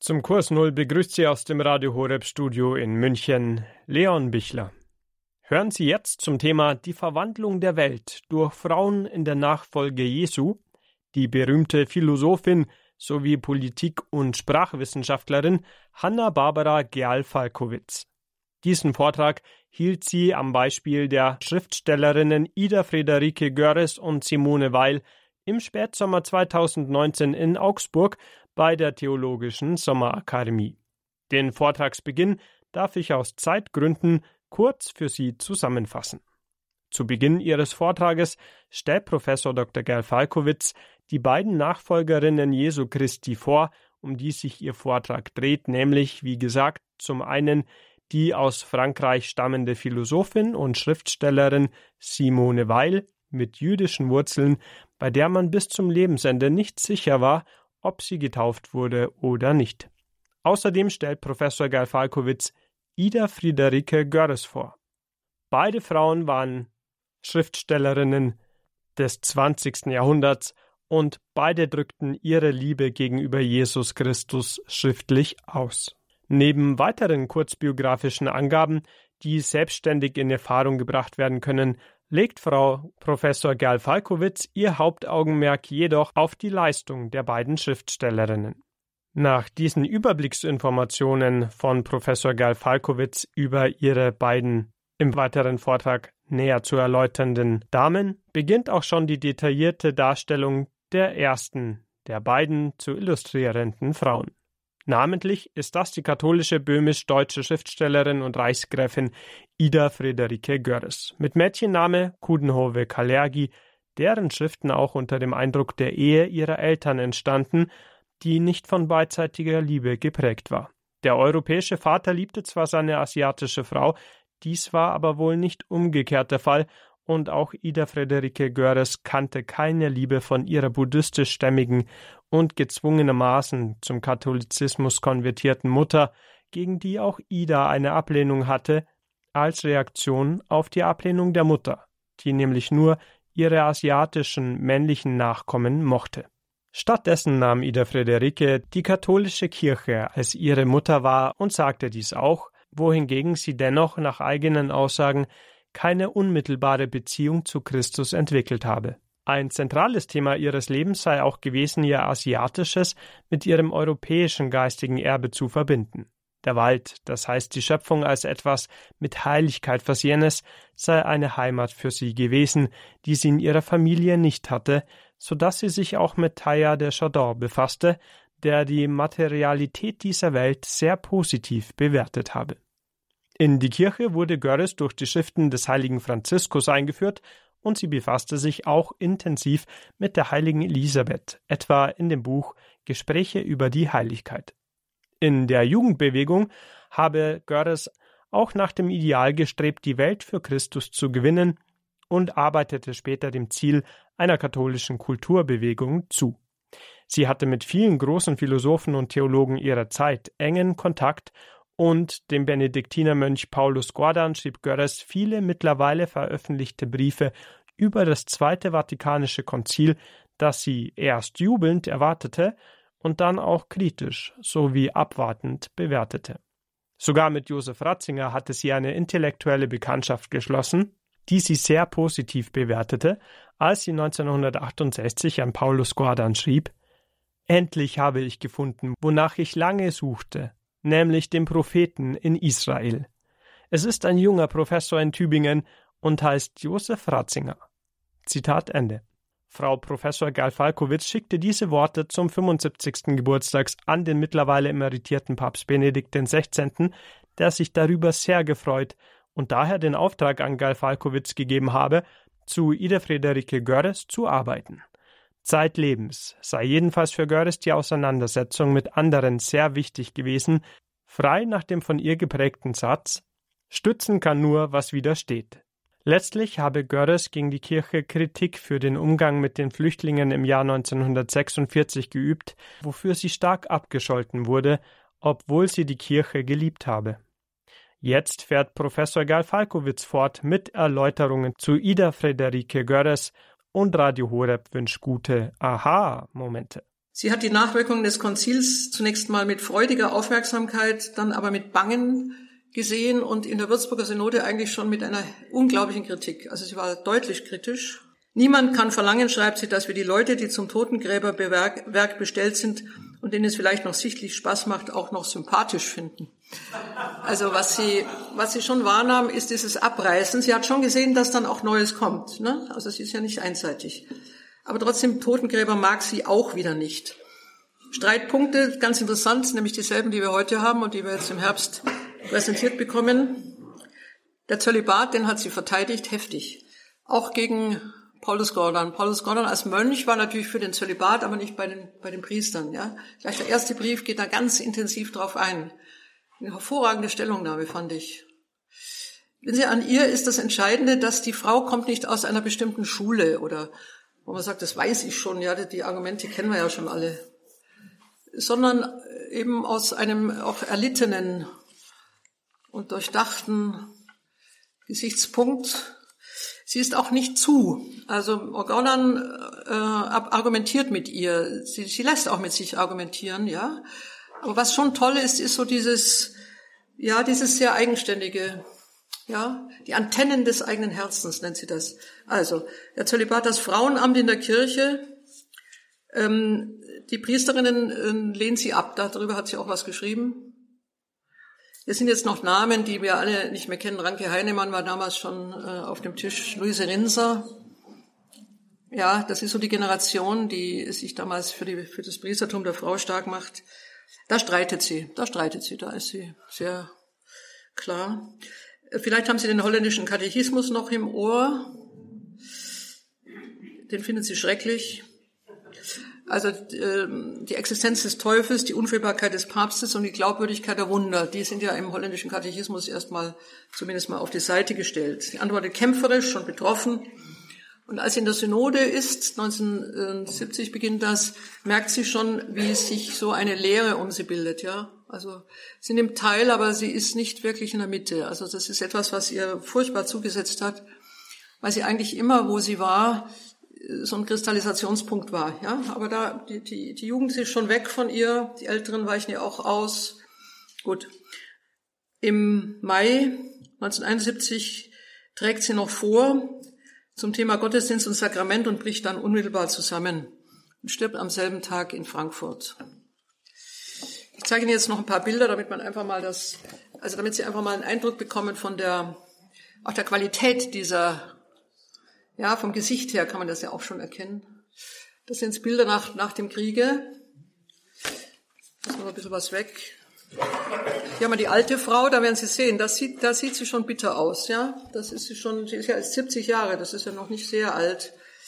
Zum Kurs Null begrüßt Sie aus dem Radio Horeb Studio in München Leon Bichler. Hören Sie jetzt zum Thema die Verwandlung der Welt durch Frauen in der Nachfolge Jesu, die berühmte Philosophin sowie Politik- und Sprachwissenschaftlerin Hanna-Barbara Geal-Falkowitz. Diesen Vortrag hielt sie am Beispiel der Schriftstellerinnen Ida Friederike Görres und Simone Weil im Spätsommer 2019 in Augsburg bei der Theologischen Sommerakademie. Den Vortragsbeginn darf ich aus Zeitgründen kurz für Sie zusammenfassen. Zu Beginn ihres Vortrages stellt Professor Dr. Geal-Falkowitz die beiden Nachfolgerinnen Jesu Christi vor, um die sich ihr Vortrag dreht, nämlich, wie gesagt, zum einen die aus Frankreich stammende Philosophin und Schriftstellerin Simone Weil mit jüdischen Wurzeln, bei der man bis zum Lebensende nicht sicher war, ob sie getauft wurde oder nicht. Außerdem stellt Professor Geal-Falkowitz Ida Friederike Görres vor. Beide Frauen waren Schriftstellerinnen des 20. Jahrhunderts und beide drückten ihre Liebe gegenüber Jesus Christus schriftlich aus. Neben weiteren kurzbiografischen Angaben, die selbstständig in Erfahrung gebracht werden können, legt Frau Professor Geal-Falkowitz ihr Hauptaugenmerk jedoch auf die Leistung der beiden Schriftstellerinnen. Nach diesen Überblicksinformationen von Professor Geal-Falkowitz über ihre beiden im weiteren Vortrag näher zu erläuternden Damen beginnt auch schon die detaillierte Darstellung der ersten der beiden zu illustrierenden Frauen. Namentlich ist das die katholische böhmisch-deutsche Schriftstellerin und Reichsgräfin Ida Friederike Görres mit Mädchenname Coudenhove Kalergi, deren Schriften auch unter dem Eindruck der Ehe ihrer Eltern entstanden, die nicht von beidseitiger Liebe geprägt war. Der europäische Vater liebte zwar seine asiatische Frau, dies war aber wohl nicht umgekehrt der Fall, und auch Ida Friederike Görres kannte keine Liebe von ihrer buddhistisch-stämmigen und gezwungenermaßen zum Katholizismus konvertierten Mutter, gegen die auch Ida eine Ablehnung hatte, als Reaktion auf die Ablehnung der Mutter, die nämlich nur ihre asiatischen männlichen Nachkommen mochte. Stattdessen nahm Ida Friederike die katholische Kirche als ihre Mutter wahr und sagte dies auch, wohingegen sie dennoch nach eigenen Aussagen keine unmittelbare Beziehung zu Christus entwickelt habe. Ein zentrales Thema ihres Lebens sei auch gewesen, ihr asiatisches mit ihrem europäischen geistigen Erbe zu verbinden. Der Wald, das heißt die Schöpfung als etwas mit Heiligkeit Versehenes, sei eine Heimat für sie gewesen, die sie in ihrer Familie nicht hatte, so dass sie sich auch mit Teilhard de Chardin befasste, der die Materialität dieser Welt sehr positiv bewertet habe. In die Kirche wurde Görres durch die Schriften des heiligen Franziskus eingeführt und sie befasste sich auch intensiv mit der heiligen Elisabeth, etwa in dem Buch Gespräche über die Heiligkeit. In der Jugendbewegung habe Görres auch nach dem Ideal gestrebt, die Welt für Christus zu gewinnen und arbeitete später dem Ziel einer katholischen Kulturbewegung zu. Sie hatte mit vielen großen Philosophen und Theologen ihrer Zeit engen Kontakt und dem Benediktinermönch Paulus Gordon schrieb Görres viele mittlerweile veröffentlichte Briefe über das Zweite Vatikanische Konzil, das sie erst jubelnd erwartete und dann auch kritisch sowie abwartend bewertete. Sogar mit Josef Ratzinger hatte sie eine intellektuelle Bekanntschaft geschlossen, die sie sehr positiv bewertete, als sie 1968 an Paulus Gordon schrieb: »Endlich habe ich gefunden, wonach ich lange suchte, nämlich den Propheten in Israel. Es ist ein junger Professor in Tübingen und heißt Josef Ratzinger.« Zitat Ende. Frau Professor Geal-Falkowitz schickte diese Worte zum 75. Geburtstag an den mittlerweile emeritierten Papst Benedikt XVI., der sich darüber sehr gefreut und daher den Auftrag an Geal-Falkowitz gegeben habe, zu Ida Friederike Görres zu arbeiten. Zeitlebens sei jedenfalls für Görres die Auseinandersetzung mit anderen sehr wichtig gewesen, frei nach dem von ihr geprägten Satz: »Stützen kann nur, was widersteht.« Letztlich habe Görres gegen die Kirche Kritik für den Umgang mit den Flüchtlingen im Jahr 1946 geübt, wofür sie stark abgescholten wurde, obwohl sie die Kirche geliebt habe. Jetzt fährt Professor Geal-Falkowitz fort mit Erläuterungen zu Ida Friederike Görres und Radio Horeb wünscht gute Aha-Momente. Sie hat die Nachwirkungen des Konzils zunächst mal mit freudiger Aufmerksamkeit, dann aber mit Bangen gesehen und in der Würzburger Synode eigentlich schon mit einer unglaublichen Kritik. Also sie war deutlich kritisch. Niemand kann verlangen, schreibt sie, dass wir die Leute, die zum Totengräberwerk bestellt sind und denen es vielleicht noch sichtlich Spaß macht, auch noch sympathisch finden. Also was sie schon wahrnahm, ist dieses Abreißen. Sie hat schon gesehen, dass dann auch Neues kommt, ne? Also sie ist ja nicht einseitig. Aber trotzdem, Totengräber mag sie auch wieder nicht. Streitpunkte, ganz interessant, nämlich dieselben, die wir heute haben und die wir jetzt im Herbst präsentiert bekommen. Der Zölibat, den hat sie verteidigt, heftig. Auch gegen Paulus Gordon. Paulus Gordon als Mönch war natürlich für den Zölibat, aber nicht bei den Priestern, ja. Gleich der erste Brief geht da ganz intensiv drauf ein. Eine hervorragende Stellungnahme, fand ich. Wenn Sie an ihr ist das Entscheidende, dass die Frau kommt nicht aus einer bestimmten Schule oder wo man sagt, das weiß ich schon, ja, die Argumente kennen wir ja schon alle, sondern eben aus einem auch erlittenen und durchdachten Gesichtspunkt. Sie ist auch nicht zu. Also Gordon argumentiert mit ihr. Sie lässt auch mit sich argumentieren, ja. Aber was schon toll ist, ist so dieses sehr eigenständige, ja, die Antennen des eigenen Herzens nennt sie das. Also, der Zölibat, das Frauenamt in der Kirche, die Priesterinnen lehnt sie ab, darüber hat sie auch was geschrieben. Es sind jetzt noch Namen, die wir alle nicht mehr kennen. Ranke Heinemann war damals schon auf dem Tisch, Luise Rinser. Ja, das ist so die Generation, die sich damals für das Priestertum der Frau stark macht. Da streitet sie, da ist sie sehr klar. Vielleicht haben Sie den holländischen Katechismus noch im Ohr. Den findet sie schrecklich. Also die Existenz des Teufels, die Unfehlbarkeit des Papstes und die Glaubwürdigkeit der Wunder, die sind ja im holländischen Katechismus zumindest mal auf die Seite gestellt. Sie antwortet kämpferisch und betroffen. Und als sie in der Synode ist, 1970 beginnt das, merkt sie schon, wie sich so eine Leere um sie bildet, ja. Also sie nimmt teil, aber sie ist nicht wirklich in der Mitte. Also das ist etwas, was ihr furchtbar zugesetzt hat, weil sie eigentlich immer, wo sie war, so ein Kristallisationspunkt war, ja. Aber da, die Jugend ist schon weg von ihr, die Älteren weichen ihr auch aus. Gut. Im Mai 1971 trägt sie noch vor zum Thema Gottesdienst und Sakrament und bricht dann unmittelbar zusammen und stirbt am selben Tag in Frankfurt. Ich zeige Ihnen jetzt noch ein paar Bilder, damit Sie einfach mal einen Eindruck bekommen von der Qualität dieser, ja, vom Gesicht her kann man das ja auch schon erkennen. Das sind Bilder nach dem Kriege. Lassen wir ein bisschen was weg. Hier haben wir die alte Frau, da werden Sie sehen, da sieht sie schon bitter aus, ja. Sie ist ja erst 70 Jahre, das ist ja noch nicht sehr alt.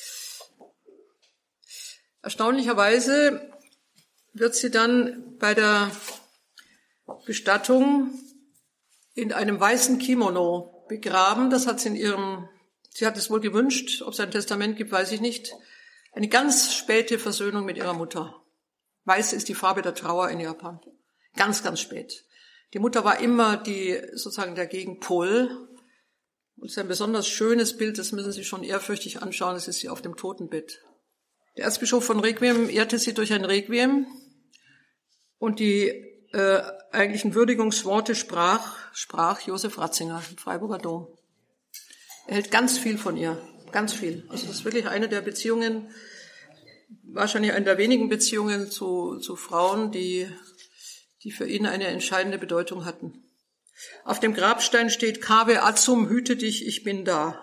Erstaunlicherweise wird sie dann bei der Bestattung in einem weißen Kimono begraben. Das hat sie sie hat es wohl gewünscht, ob es ein Testament gibt, weiß ich nicht. Eine ganz späte Versöhnung mit ihrer Mutter. Weiß ist die Farbe der Trauer in Japan. Ganz, ganz spät. Die Mutter war immer sozusagen der Gegenpol. Und es ist ein besonders schönes Bild, das müssen Sie schon ehrfürchtig anschauen, das ist sie auf dem Totenbett. Der Erzbischof von Requiem ehrte sie durch ein Requiem und die eigentlichen Würdigungsworte sprach Josef Ratzinger im Freiburger Dom. Er hält ganz viel von ihr, ganz viel. Also das ist wirklich eine der Beziehungen, wahrscheinlich eine der wenigen Beziehungen zu Frauen, die für ihn eine entscheidende Bedeutung hatten. Auf dem Grabstein steht Cave Atzum, hüte dich, ich bin da.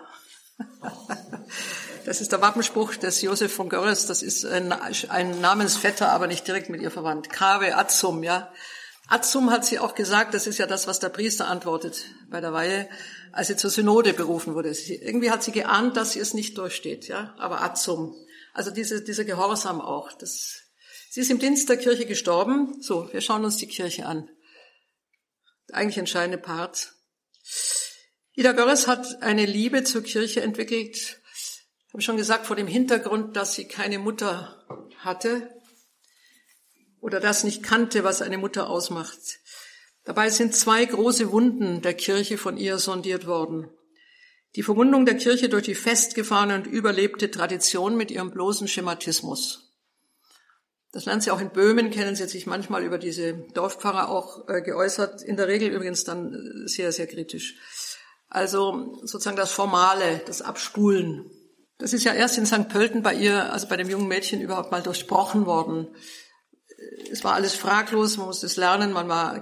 Das ist der Wappenspruch des Josef von Görres, das ist ein Namensvetter, aber nicht direkt mit ihr verwandt. Cave Atzum, ja. Atzum hat sie auch gesagt, das ist ja das, was der Priester antwortet bei der Weihe, als sie zur Synode berufen wurde. Irgendwie hat sie geahnt, dass sie es nicht durchsteht, ja. Aber Atzum, also dieser Gehorsam auch, sie ist im Dienst der Kirche gestorben. So, wir schauen uns die Kirche an. Der eigentlich entscheidende Part. Ida Görres hat eine Liebe zur Kirche entwickelt, habe ich schon gesagt, vor dem Hintergrund, dass sie keine Mutter hatte oder das nicht kannte, was eine Mutter ausmacht. Dabei sind 2 große Wunden der Kirche von ihr sondiert worden. Die Verwundung der Kirche durch die festgefahrene und überlebte Tradition mit ihrem bloßen Schematismus. Das lernen Sie auch in Böhmen kennen. Sie hat sich manchmal über diese Dorfpfarrer auch geäußert. In der Regel übrigens dann sehr, sehr kritisch. Also sozusagen das Formale, das Abspulen. Das ist ja erst in St. Pölten bei ihr, also bei dem jungen Mädchen, überhaupt mal durchbrochen worden. Es war alles fraglos, man musste es lernen.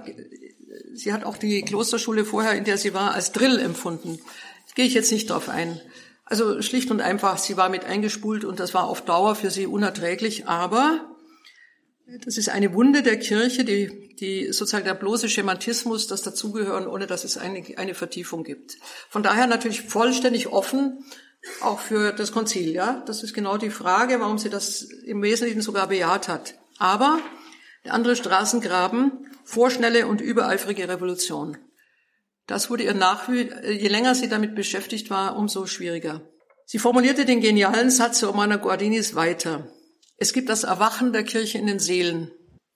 Sie hat auch die Klosterschule vorher, in der sie war, als Drill empfunden. Da gehe ich jetzt nicht drauf ein. Also schlicht und einfach, sie war mit eingespult und das war auf Dauer für sie unerträglich. Aber das ist eine Wunde der Kirche, die sozusagen der bloße Schematismus, das Dazugehören, ohne dass es eine Vertiefung gibt. Von daher natürlich vollständig offen, auch für das Konzil, ja. Das ist genau die Frage, warum sie das im Wesentlichen sogar bejaht hat. Aber der andere Straßengraben, vorschnelle und übereifrige Revolution. Das wurde ihr je länger sie damit beschäftigt war, umso schwieriger. Sie formulierte den genialen Satz Romana Guardinis weiter. Es gibt das Erwachen der Kirche in den Seelen,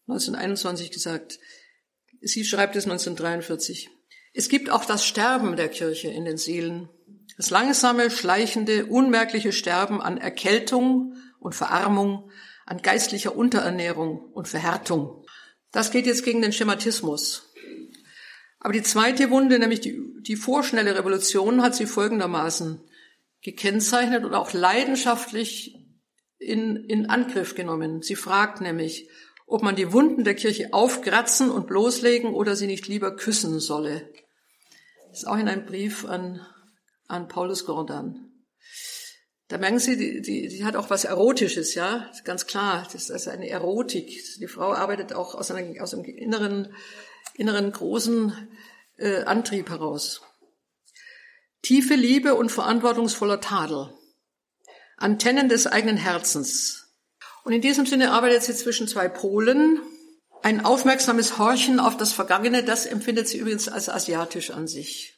1921 gesagt. Sie schreibt es 1943. Es gibt auch das Sterben der Kirche in den Seelen. Das langsame, schleichende, unmerkliche Sterben an Erkältung und Verarmung, an geistlicher Unterernährung und Verhärtung. Das geht jetzt gegen den Schematismus. Aber die zweite Wunde, nämlich die vorschnelle Revolution, hat sie folgendermaßen gekennzeichnet und auch leidenschaftlich in Angriff genommen. Sie fragt nämlich, ob man die Wunden der Kirche aufkratzen und bloßlegen oder sie nicht lieber küssen solle. Das ist auch in einem Brief an Paulus Jordan. Da merken Sie, die hat auch was Erotisches, ja, ganz klar. Das ist also eine Erotik. Die Frau arbeitet auch aus einem inneren großen Antrieb heraus. Tiefe Liebe und verantwortungsvoller Tadel. Antennen des eigenen Herzens. Und in diesem Sinne arbeitet sie zwischen zwei Polen. Ein aufmerksames Horchen auf das Vergangene, das empfindet sie übrigens als asiatisch an sich.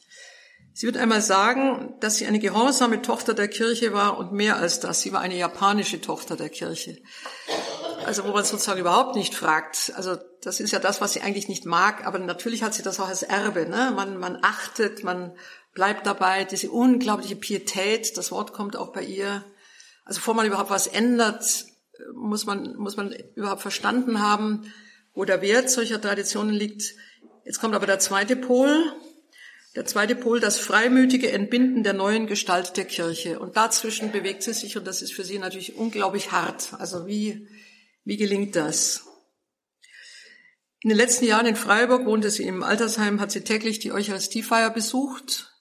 Sie wird einmal sagen, dass sie eine gehorsame Tochter der Kirche war und mehr als das. Sie war eine japanische Tochter der Kirche. Also wo man sozusagen überhaupt nicht fragt. Also das ist ja das, was sie eigentlich nicht mag. Aber natürlich hat sie das auch als Erbe. Ne? Man achtet, man bleibt dabei. Diese unglaubliche Pietät, das Wort kommt auch bei ihr. Also bevor man überhaupt was ändert, muss man überhaupt verstanden haben, wo der Wert solcher Traditionen liegt. Jetzt kommt aber der zweite Pol. Der zweite Pol, das freimütige Entbinden der neuen Gestalt der Kirche. Und dazwischen bewegt sie sich, und das ist für sie natürlich unglaublich hart. Also wie gelingt das? In den letzten Jahren in Freiburg wohnte sie im Altersheim, hat sie täglich die Eucharistiefeier besucht.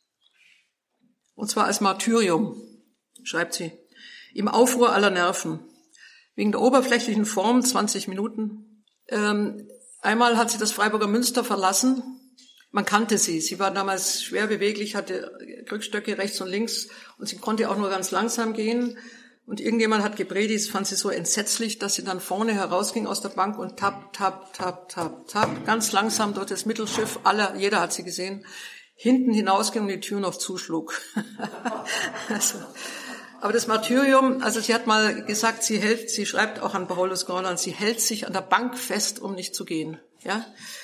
Und zwar als Martyrium, schreibt sie, im Aufruhr aller Nerven. Wegen der oberflächlichen Form 20 Minuten. Einmal hat sie das Freiburger Münster verlassen. Man kannte sie. Sie war damals schwer beweglich, hatte Krückstöcke rechts und links und sie konnte auch nur ganz langsam gehen. Und irgendjemand hat gepredigt, das fand sie so entsetzlich, dass sie dann vorne herausging aus der Bank und tap, tap, tap, tap, tap, ganz langsam durch das Mittelschiff, jeder hat sie gesehen, hinten hinausging und die Tür noch zuschlug. Aber das Martyrium, also sie hat mal gesagt, sie schreibt auch an Paulus Jordan, sie hält sich an der Bank fest, um nicht zu gehen. Ja,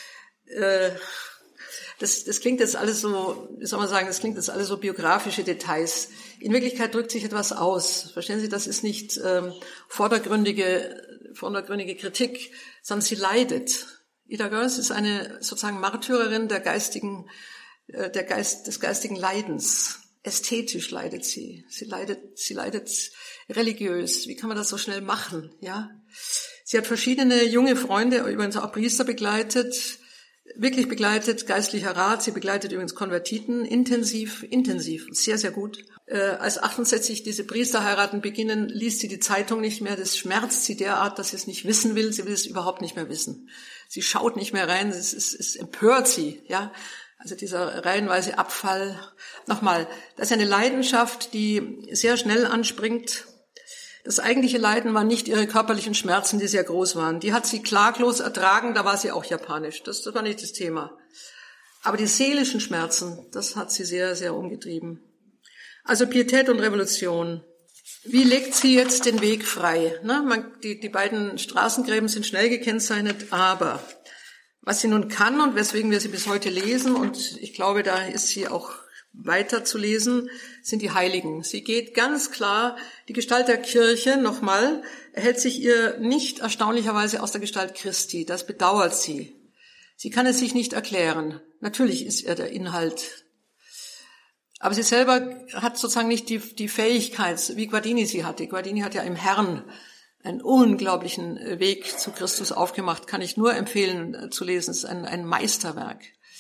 das klingt jetzt alles so, wie soll man sagen, das klingt jetzt alles so biografische Details. In Wirklichkeit drückt sich etwas aus. Verstehen Sie, das ist nicht vordergründige Kritik, sondern sie leidet. Ida Görres ist eine sozusagen Märtyrerin des geistigen Leidens. Ästhetisch leidet sie. Sie leidet religiös. Wie kann man das so schnell machen? Ja. Sie hat verschiedene junge Freunde, übrigens auch Priester wirklich begleitet, geistlicher Rat. Sie begleitet übrigens Konvertiten intensiv, sehr, sehr gut. Als 68 diese Priesterheiraten beginnen, liest sie die Zeitung nicht mehr. Das schmerzt sie derart, dass sie es nicht wissen will. Sie will es überhaupt nicht mehr wissen. Sie schaut nicht mehr rein. Es empört sie, ja. Also dieser reihenweise Abfall. Nochmal, das ist eine Leidenschaft, die sehr schnell anspringt. Das eigentliche Leiden waren nicht ihre körperlichen Schmerzen, die sehr groß waren. Die hat sie klaglos ertragen, da war sie auch japanisch. Das war nicht das Thema. Aber die seelischen Schmerzen, das hat sie sehr, sehr umgetrieben. Also Pietät und Revolution. Wie legt sie jetzt den Weg frei? Die beiden Straßengräben sind schnell gekennzeichnet, aber was sie nun kann und weswegen wir sie bis heute lesen, und ich glaube, da ist sie auch weiterzulesen, sind die Heiligen. Sie geht ganz klar, die Gestalt der Kirche, nochmal, erhält sich ihr nicht erstaunlicherweise aus der Gestalt Christi. Das bedauert sie. Sie kann es sich nicht erklären. Natürlich ist er der Inhalt. Aber sie selber hat sozusagen nicht die Fähigkeit, wie Guardini sie hatte. Guardini hat ja im Herrn einen unglaublichen Weg zu Christus aufgemacht. Kann ich nur empfehlen zu lesen. Es ist ein Meisterwerk.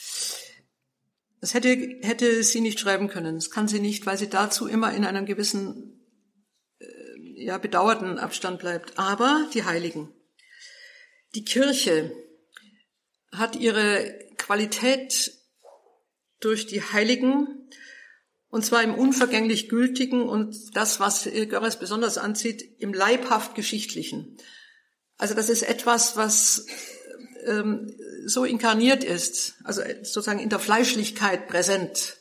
Das hätte sie nicht schreiben können. Das kann sie nicht, weil sie dazu immer in einem gewissen, bedauerten Abstand bleibt. Aber die Heiligen. Die Kirche hat ihre Qualität durch die Heiligen, und zwar im unvergänglich Gültigen und das, was Görres besonders anzieht, im leibhaft Geschichtlichen. Also das ist etwas, was so inkarniert ist, also sozusagen in der Fleischlichkeit präsent.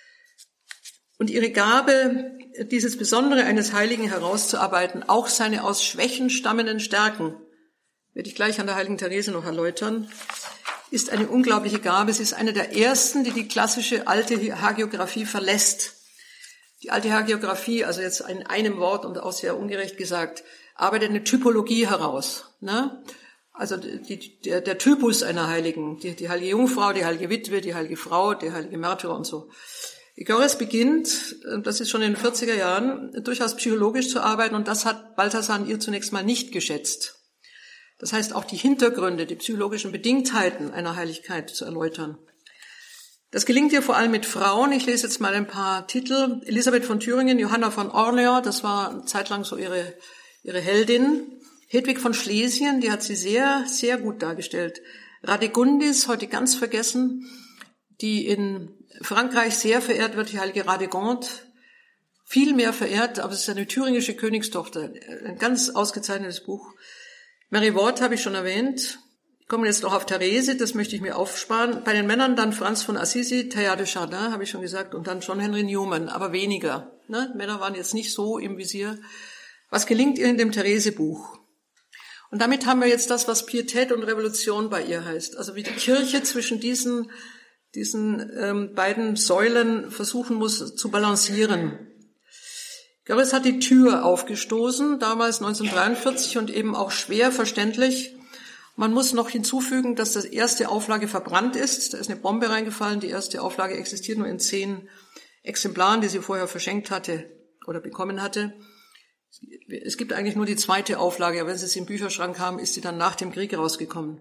Und ihre Gabe, dieses Besondere eines Heiligen herauszuarbeiten, auch seine aus Schwächen stammenden Stärken, werde ich gleich an der heiligen Therese noch erläutern, ist eine unglaubliche Gabe. Sie ist eine der ersten, die klassische alte Hagiographie verlässt. Die alte Hagiographie, also jetzt in einem Wort und auch sehr ungerecht gesagt, arbeitet eine Typologie heraus, ne? Also der Typus einer Heiligen, die heilige Jungfrau, die heilige Witwe, die heilige Frau, die heilige Märtyrer und so. Görres beginnt, das ist schon in den 40er Jahren, durchaus psychologisch zu arbeiten, und das hat Balthasar an ihr zunächst mal nicht geschätzt. Das heißt, auch die Hintergründe, die psychologischen Bedingtheiten einer Heiligkeit zu erläutern. Das gelingt ihr vor allem mit Frauen. Ich lese jetzt mal ein paar Titel. Elisabeth von Thüringen, Johanna von Orleans, das war eine Zeit lang so ihre Heldin. Hedwig von Schlesien, die hat sie sehr, sehr gut dargestellt. Radegundis, heute ganz vergessen, die in Frankreich sehr verehrt wird, die heilige Radegonde. Viel mehr verehrt, aber es ist eine thüringische Königstochter. Ein ganz ausgezeichnetes Buch. Mary Ward habe ich schon erwähnt. Ich komme jetzt noch auf Therese, das möchte ich mir aufsparen. Bei den Männern dann Franz von Assisi, Teilhard de Chardin, habe ich schon gesagt, und dann John Henry Newman, aber weniger. Ne? Männer waren jetzt nicht so im Visier. Was gelingt ihr in dem Therese-Buch? Und damit haben wir jetzt das, was Pietät und Revolution bei ihr heißt. Also wie die Kirche zwischen diesen beiden Säulen versuchen muss zu balancieren. Görres hat die Tür aufgestoßen, damals 1943, und eben auch schwer verständlich. Man muss noch hinzufügen, dass die erste Auflage verbrannt ist. Da ist eine Bombe reingefallen. Die erste Auflage existiert nur in 10 Exemplaren, die sie vorher verschenkt hatte oder bekommen hatte. Es gibt eigentlich nur die zweite Auflage, aber wenn sie es im Bücherschrank haben, ist sie dann nach dem Krieg rausgekommen.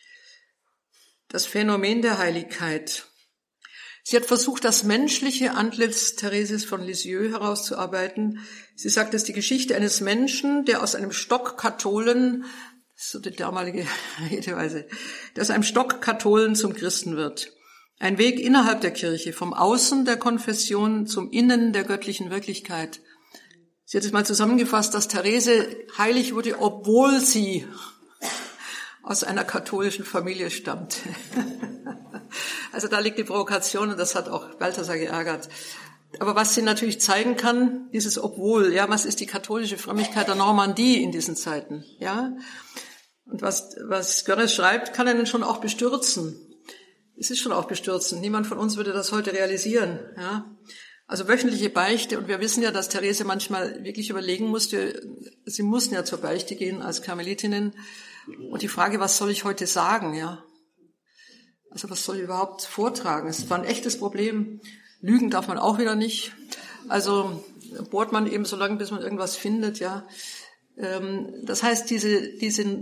Das Phänomen der Heiligkeit. Sie hat versucht, das menschliche Antlitz Thereses von Lisieux herauszuarbeiten. Sie sagt, es ist die Geschichte eines Menschen, der aus einem Stockkatholen, so die damalige Redeweise, der aus einem Stockkatholen zum Christen wird. Ein Weg innerhalb der Kirche, vom Außen der Konfession zum Innen der göttlichen Wirklichkeit. Sie hat es mal zusammengefasst, dass Therese heilig wurde, obwohl sie aus einer katholischen Familie stammt. Also da liegt die Provokation, und das hat auch Balthasar geärgert. Aber was sie natürlich zeigen kann, dieses Obwohl, ja, was ist die katholische Frömmigkeit der Normandie in diesen Zeiten, ja? Und was Görres schreibt, kann einen schon auch bestürzen. Es ist schon auch bestürzend. Niemand von uns würde das heute realisieren, ja? Also wöchentliche Beichte, und wir wissen ja, dass Therese manchmal wirklich überlegen musste, sie mussten ja zur Beichte gehen als Karmelitinnen, und die Frage, was soll ich heute sagen, ja? Also was soll ich überhaupt vortragen? Es war ein echtes Problem. Lügen darf man auch wieder nicht. Also bohrt man eben so lange, bis man irgendwas findet, ja. Das heißt, diese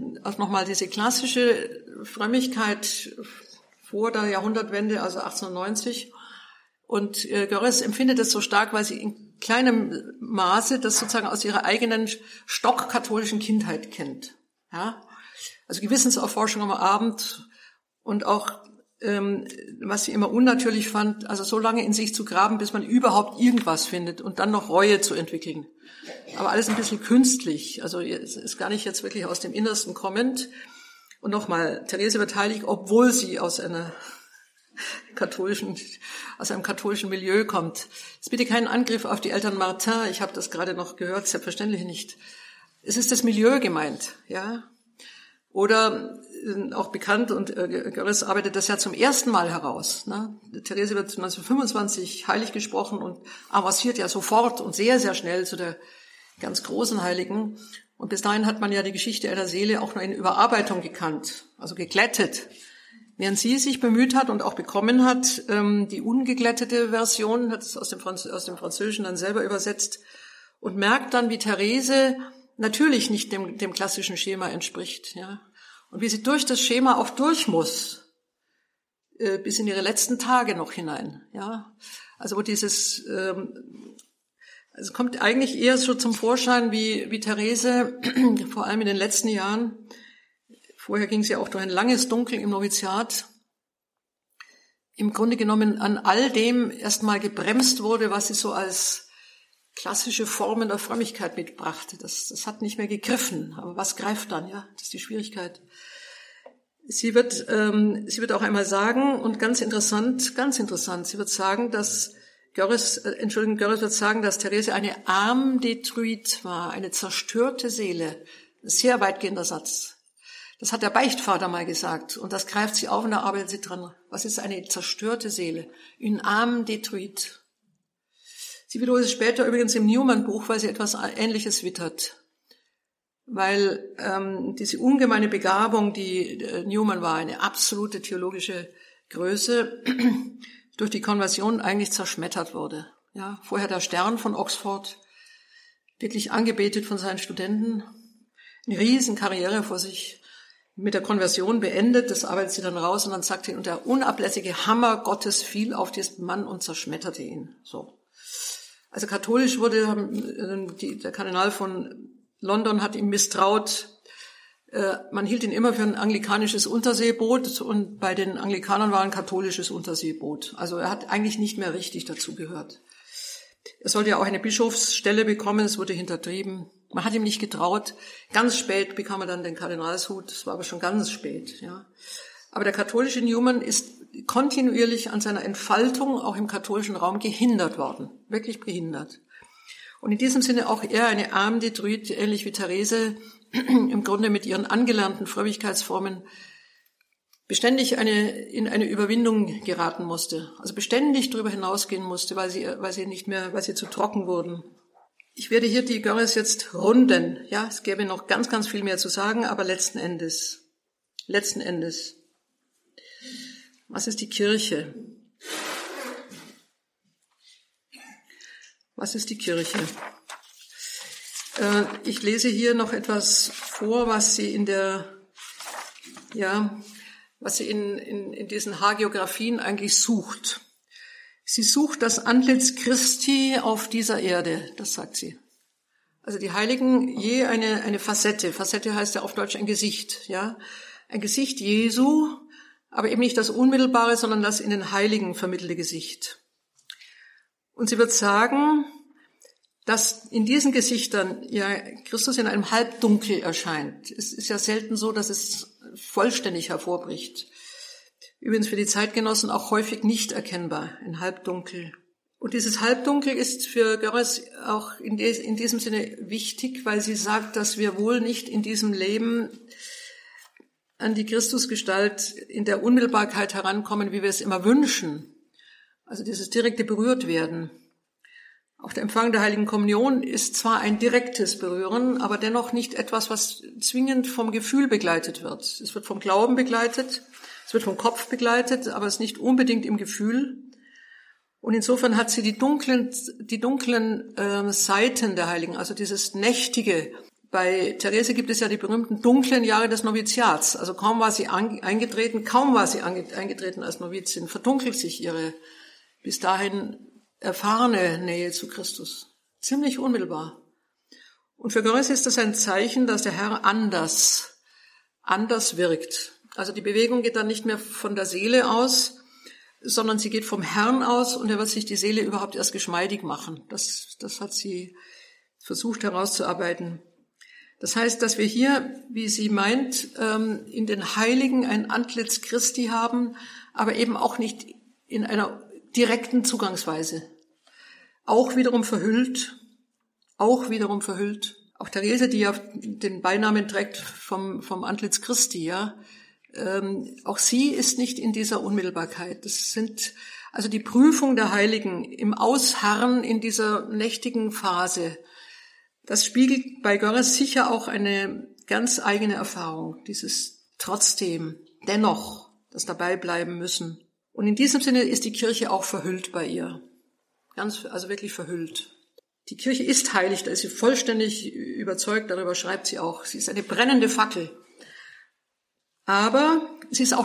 klassische Frömmigkeit vor der Jahrhundertwende, also 1890, und Görres empfindet es so stark, weil sie in kleinem Maße das sozusagen aus ihrer eigenen stockkatholischen Kindheit kennt, ja. Also Gewissenserforschung am Abend und auch was sie immer unnatürlich fand, also so lange in sich zu graben, bis man überhaupt irgendwas findet und dann noch Reue zu entwickeln. Aber alles ein bisschen künstlich, also es ist gar nicht jetzt wirklich aus dem Innersten kommend. Und nochmal, Therese wird heilig, obwohl sie aus einem katholischen Milieu kommt. Das ist bitte kein Angriff auf die Eltern Martin, ich habe das gerade noch gehört, selbstverständlich nicht. Es ist das Milieu gemeint, ja. Oder auch bekannt, und Görres arbeitet das ja zum ersten Mal heraus. Ne? Therese wird 1925 heilig gesprochen und avanciert ja sofort und sehr, sehr schnell zu der ganz großen Heiligen. Und bis dahin hat man ja die Geschichte einer Seele auch nur in Überarbeitung gekannt, also geglättet. Während sie sich bemüht hat und auch bekommen hat, die ungeglättete Version, hat es aus dem Französischen dann selber übersetzt, und merkt dann, wie Therese natürlich nicht dem klassischen Schema entspricht, ja. Und wie sie durch das Schema auch durch muss, bis in ihre letzten Tage noch hinein, ja. Also wo dieses, es kommt eigentlich eher so zum Vorschein, wie Therese, vor allem in den letzten Jahren, vorher ging sie auch durch ein langes Dunkel im Noviziat, im Grunde genommen an all dem erstmal gebremst wurde, was sie so als klassische Formen der Frömmigkeit mitbrachte. Das hat nicht mehr gegriffen. Aber was greift dann? Ja, das ist die Schwierigkeit. Sie wird auch einmal sagen, und ganz interessant, sie wird sagen, dass Görres wird sagen, dass Therese eine âme détruite war, eine zerstörte Seele. Ein sehr weitgehender Satz. Das hat der Beichtvater mal gesagt, und das greift sie auf und da arbeitet sie dran. Was ist eine zerstörte Seele? Une âme détruite. Sie wiederholt es später übrigens im Newman-Buch, weil sie etwas Ähnliches wittert. Weil diese ungemeine Begabung, die Newman war, eine absolute theologische Größe, durch die Konversion eigentlich zerschmettert wurde. Ja, vorher der Stern von Oxford, wirklich angebetet von seinen Studenten, eine Riesenkarriere vor sich, mit der Konversion beendet, das arbeitet sie dann raus, und dann sagt sie, und der unablässige Hammer Gottes fiel auf diesen Mann und zerschmetterte ihn. So. Also katholisch wurde, der Kardinal von London hat ihm misstraut. Man hielt ihn immer für ein anglikanisches Unterseeboot, und bei den Anglikanern war ein katholisches Unterseeboot. Also er hat eigentlich nicht mehr richtig dazu gehört. Er sollte ja auch eine Bischofsstelle bekommen, es wurde hintertrieben. Man hat ihm nicht getraut. Ganz spät bekam er dann den Kardinalshut, das war aber schon ganz spät, ja. Aber der katholische Newman ist kontinuierlich an seiner Entfaltung auch im katholischen Raum gehindert worden, wirklich behindert. Und in diesem Sinne auch er eine âme détruite, ähnlich wie Therese, im Grunde mit ihren angelernten Frömmigkeitsformen beständig in eine Überwindung geraten musste, also beständig darüber hinausgehen musste, weil sie zu trocken wurden. Ich werde hier die Görres jetzt runden, ja, es gäbe noch ganz, ganz viel mehr zu sagen, aber letzten Endes, was ist die Kirche? Was ist die Kirche? Ich lese hier noch etwas vor, was sie in diesen Hagiografien eigentlich sucht. Sie sucht das Antlitz Christi auf dieser Erde, das sagt sie. Also die Heiligen, je eine Facette. Facette heißt ja auf Deutsch ein Gesicht, ja. Ein Gesicht Jesu, aber eben nicht das Unmittelbare, sondern das in den Heiligen vermittelte Gesicht. Und sie wird sagen, dass in diesen Gesichtern ja Christus in einem Halbdunkel erscheint. Es ist ja selten so, dass es vollständig hervorbricht. Übrigens für die Zeitgenossen auch häufig nicht erkennbar, ein Halbdunkel. Und dieses Halbdunkel ist für Görres auch in diesem Sinne wichtig, weil sie sagt, dass wir wohl nicht in diesem Leben an die Christusgestalt in der Unmittelbarkeit herankommen, wie wir es immer wünschen. Also dieses direkte Berührtwerden. Auch der Empfang der Heiligen Kommunion ist zwar ein direktes Berühren, aber dennoch nicht etwas, was zwingend vom Gefühl begleitet wird. Es wird vom Glauben begleitet, es wird vom Kopf begleitet, aber es ist nicht unbedingt im Gefühl. Und insofern hat sie die dunklen Seiten der Heiligen, also dieses Nächtige. Bei Therese gibt es ja die berühmten dunklen Jahre des Noviziats. Also kaum war sie eingetreten als Novizin, verdunkelt sich ihre bis dahin erfahrene Nähe zu Christus. Ziemlich unmittelbar. Und für Görres ist das ein Zeichen, dass der Herr anders wirkt. Also die Bewegung geht dann nicht mehr von der Seele aus, sondern sie geht vom Herrn aus, und er wird sich die Seele überhaupt erst geschmeidig machen. Das hat sie versucht herauszuarbeiten. Das heißt, dass wir hier, wie sie meint, in den Heiligen ein Antlitz Christi haben, aber eben auch nicht in einer direkten Zugangsweise. Auch wiederum verhüllt, auch Auch Therese, die ja den Beinamen trägt vom Antlitz Christi, ja, auch sie ist nicht in dieser Unmittelbarkeit. Das sind also die Prüfung der Heiligen im Ausharren in dieser nächtigen Phase. Das spiegelt bei Görres sicher auch eine ganz eigene Erfahrung, dieses trotzdem, dennoch, das dabei bleiben müssen. Und in diesem Sinne ist die Kirche auch verhüllt bei ihr. Also wirklich verhüllt. Die Kirche ist heilig, da ist sie vollständig überzeugt, darüber schreibt sie auch. Sie ist eine brennende Fackel. Aber sie ist auch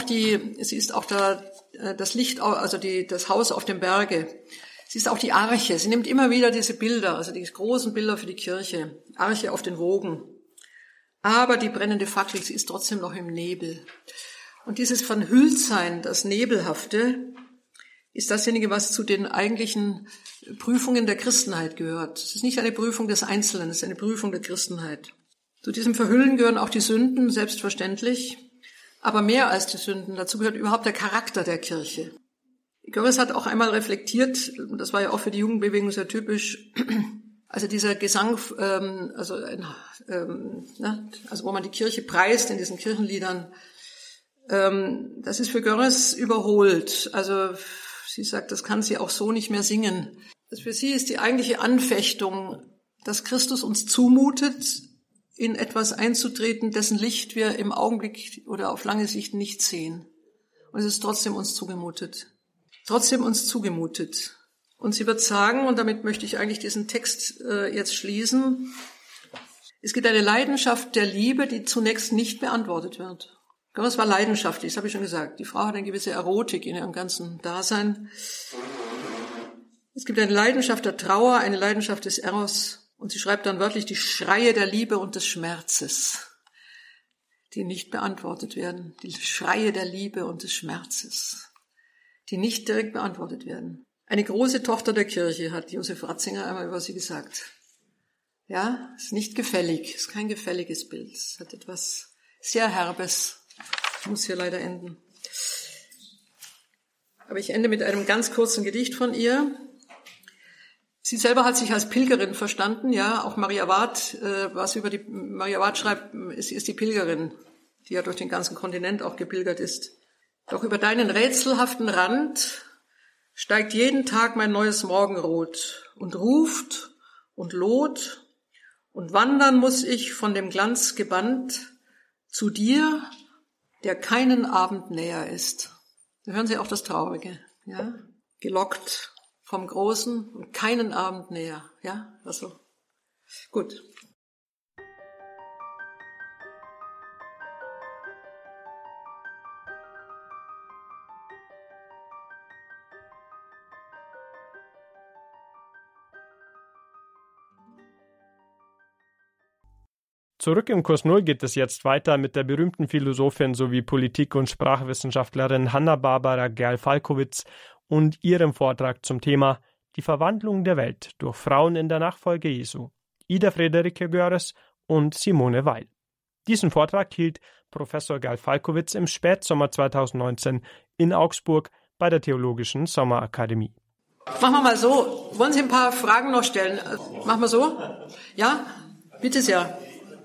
das Licht, also das Haus auf dem Berge. Sie ist auch die Arche. Sie nimmt immer wieder diese Bilder, also die großen Bilder für die Kirche. Arche auf den Wogen. Aber die brennende Fackel, sie ist trotzdem noch im Nebel. Und dieses Verhülltsein, das Nebelhafte, ist dasjenige, was zu den eigentlichen Prüfungen der Christenheit gehört. Es ist nicht eine Prüfung des Einzelnen, es ist eine Prüfung der Christenheit. Zu diesem Verhüllen gehören auch die Sünden, selbstverständlich. Aber mehr als die Sünden, dazu gehört überhaupt der Charakter der Kirche. Görres hat auch einmal reflektiert, das war ja auch für die Jugendbewegung sehr typisch, also dieser Gesang, also wo man die Kirche preist in diesen Kirchenliedern, das ist für Görres überholt. Also sie sagt, das kann sie auch so nicht mehr singen. Für sie ist die eigentliche Anfechtung, dass Christus uns zumutet, in etwas einzutreten, dessen Licht wir im Augenblick oder auf lange Sicht nicht sehen. Und es ist trotzdem uns zugemutet. Trotzdem uns zugemutet. Und sie wird sagen, und damit möchte ich eigentlich diesen Text jetzt schließen, es gibt eine Leidenschaft der Liebe, die zunächst nicht beantwortet wird. Görres war leidenschaftlich, das habe ich schon gesagt. Die Frau hat eine gewisse Erotik in ihrem ganzen Dasein. Es gibt eine Leidenschaft der Trauer, eine Leidenschaft des Eros. Und sie schreibt dann wörtlich die Schreie der Liebe und des Schmerzes, die nicht beantwortet werden. Die Schreie der Liebe und des Schmerzes, die nicht direkt beantwortet werden. Eine große Tochter der Kirche, hat Josef Ratzinger einmal über sie gesagt. Ja, ist nicht gefällig, ist kein gefälliges Bild. Es hat etwas sehr Herbes. Ich muss hier leider enden. Aber ich ende mit einem ganz kurzen Gedicht von ihr. Sie selber hat sich als Pilgerin verstanden, ja, auch Maria Ward, was über die Maria Ward schreibt, sie ist die Pilgerin, die ja durch den ganzen Kontinent auch gepilgert ist. Doch über deinen rätselhaften Rand steigt jeden Tag mein neues Morgenrot und ruft und loht, und wandern muss ich von dem Glanz gebannt zu dir, der keinen Abend näher ist. Da hören Sie auch das Traurige, ja, gelockt vom Großen und keinen Abend näher. Ja, also gut. Zurück im Kurs Null geht es jetzt weiter mit der berühmten Philosophin sowie Politik- und Sprachwissenschaftlerin Hanna-Barbara Gerl-Falkowitz und ihrem Vortrag zum Thema Die Verwandlung der Welt durch Frauen in der Nachfolge Jesu, Ida Friederike Görres und Simone Weil. Diesen Vortrag hielt Professor Gerl-Falkowitz im Spätsommer 2019 in Augsburg bei der Theologischen Sommerakademie. Machen wir mal so. Wollen Sie ein paar Fragen noch stellen? Machen wir so? Ja? Bitte sehr.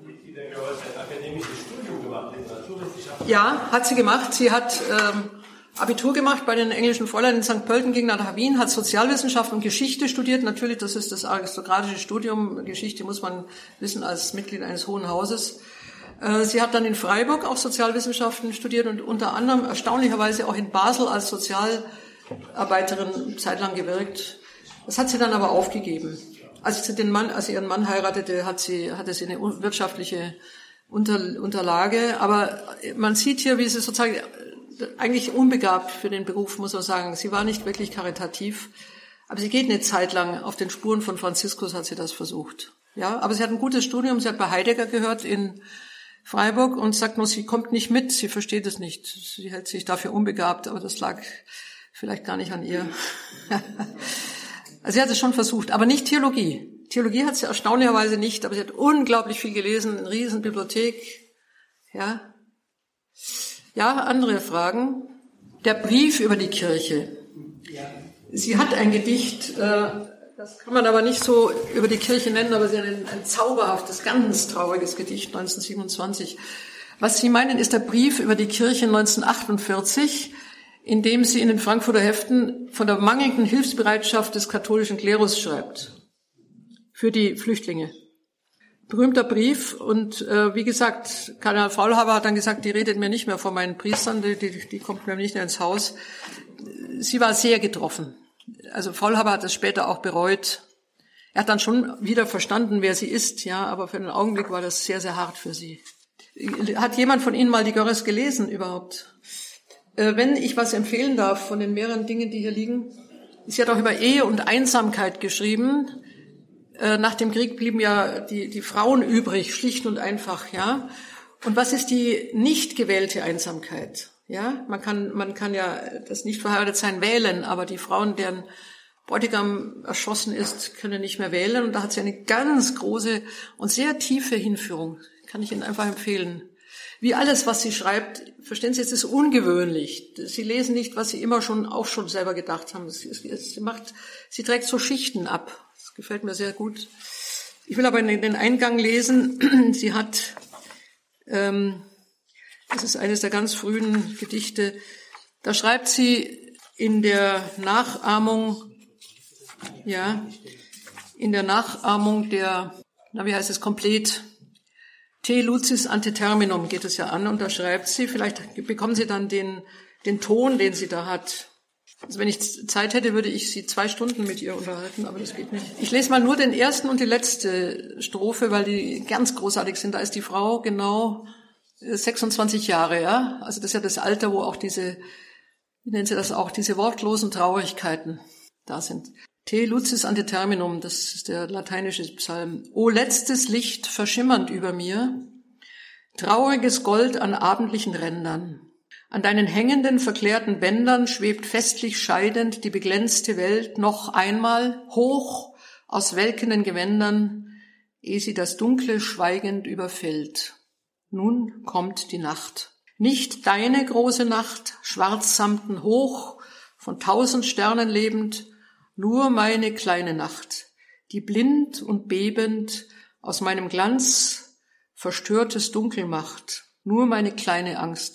Ja, hat sie gemacht. Sie hat Abitur gemacht bei den englischen Fräulein in St. Pölten, ging nach Wien, hat Sozialwissenschaften und Geschichte studiert. Natürlich, das ist das aristokratische Studium. Geschichte muss man wissen als Mitglied eines Hohen Hauses. Sie hat dann in Freiburg auch Sozialwissenschaften studiert und unter anderem erstaunlicherweise auch in Basel als Sozialarbeiterin zeitlang gewirkt. Das hat sie dann aber aufgegeben. Als sie ihren Mann heiratete, hatte sie eine wirtschaftliche Unterlage. Aber man sieht hier, wie sie sozusagen eigentlich unbegabt für den Beruf, muss man sagen. Sie war nicht wirklich karitativ, aber sie geht eine Zeit lang auf den Spuren von Franziskus, hat sie das versucht. Ja, aber sie hat ein gutes Studium, sie hat bei Heidegger gehört in Freiburg und sagt nur, sie kommt nicht mit, sie versteht es nicht. Sie hält sich dafür unbegabt, aber das lag vielleicht gar nicht an ihr. Also sie hat es schon versucht, aber nicht Theologie. Theologie hat sie erstaunlicherweise nicht, aber sie hat unglaublich viel gelesen, eine riesen Bibliothek. Ja, andere Fragen. Der Brief über die Kirche. Sie hat ein Gedicht, da Das kann man aber nicht so über die Kirche nennen, aber sie ist ein zauberhaftes, ganz trauriges Gedicht 1927. Was Sie meinen, ist der Brief über die Kirche 1948, in dem sie in den Frankfurter Heften von der mangelnden Hilfsbereitschaft des katholischen Klerus schreibt. Für die Flüchtlinge. Berühmter Brief und wie gesagt, Kardinal Faulhaber hat dann gesagt, die redet mir nicht mehr von meinen Priestern, die kommt mir nicht mehr ins Haus. Sie war sehr getroffen. Also Faulhaber hat es später auch bereut. Er hat dann schon wieder verstanden, wer sie ist, ja, aber für den Augenblick war das sehr, sehr hart für sie. Hat jemand von Ihnen mal die Görres gelesen überhaupt? Wenn ich was empfehlen darf von den mehreren Dingen, die hier liegen. Sie hat auch über Ehe und Einsamkeit geschrieben. Nach dem Krieg blieben ja die Frauen übrig, schlicht und einfach, ja. Und was ist die nicht gewählte Einsamkeit? Ja, man kann ja das nicht verheiratet sein wählen, aber die Frauen, deren Bräutigam erschossen ist, können nicht mehr wählen. Und da hat sie eine ganz große und sehr tiefe Hinführung. Kann ich Ihnen einfach empfehlen. Wie alles, was sie schreibt, verstehen Sie, es ist ungewöhnlich. Sie lesen nicht, was Sie immer auch schon selber gedacht haben. Sie trägt so Schichten ab. Das gefällt mir sehr gut. Ich will aber in den Eingang lesen. Sie hat, das ist eines der ganz frühen Gedichte, da schreibt sie in der Nachahmung der, wie heißt es, Komplet, Te lucis ante terminum geht es ja an, und da schreibt sie, vielleicht bekommen Sie dann den Ton, den sie da hat. Also wenn ich Zeit hätte, würde ich Sie 2 Stunden mit ihr unterhalten, aber das geht nicht. Ich lese mal nur den ersten und die letzte Strophe, weil die ganz großartig sind. Da ist die Frau genau 26 Jahre, ja. Also das ist ja das Alter, wo auch diese wortlosen Traurigkeiten da sind. Te lucis ante terminum, das ist der lateinische Psalm. O letztes Licht verschimmernd über mir, trauriges Gold an abendlichen Rändern. An deinen hängenden, verklärten Bändern schwebt festlich scheidend die beglänzte Welt noch einmal hoch aus welkenden Gewändern, ehe sie das Dunkle schweigend überfällt. Nun kommt die Nacht. Nicht deine große Nacht, schwarzsamten hoch, von 1000 Sternen lebend, nur meine kleine Nacht, die blind und bebend aus meinem Glanz verstörtes Dunkel macht, nur meine kleine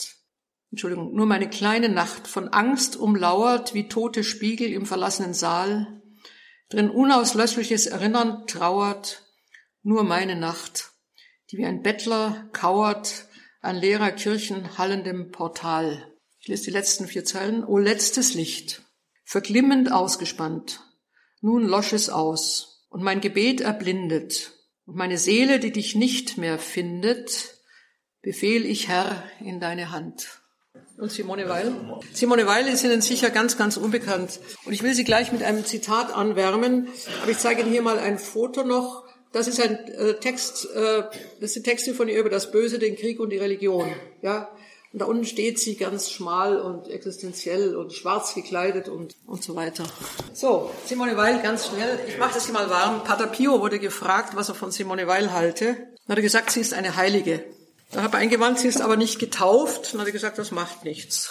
Nacht, von Angst umlauert wie tote Spiegel im verlassenen Saal, drin unauslöschliches Erinnern trauert, nur meine Nacht, die wie ein Bettler kauert an leerer Kirchen hallendem Portal. Ich lese die letzten 4 Zeilen. O letztes Licht, verglimmend ausgespannt, nun losch es aus, und mein Gebet erblindet, und meine Seele, die dich nicht mehr findet, befehl ich, Herr, in deine Hand. Und Simone Weil? Simone Weil ist Ihnen sicher ganz, ganz unbekannt. Und ich will Sie gleich mit einem Zitat anwärmen, aber ich zeige Ihnen hier mal ein Foto noch. Das ist ein Text, das sind Texte von ihr über das Böse, den Krieg und die Religion, ja. Und da unten steht sie ganz schmal und existenziell und schwarz gekleidet und so weiter. So, Simone Weil ganz schnell. Ich mache das hier mal warm. Pater Pio wurde gefragt, was er von Simone Weil halte. Dann hat er gesagt, sie ist eine Heilige. Dann hat er eingewandt, sie ist aber nicht getauft. Dann hat er gesagt, das macht nichts.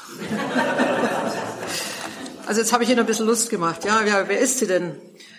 Also jetzt habe ich Ihnen ein bisschen Lust gemacht. Ja, wer ist sie denn?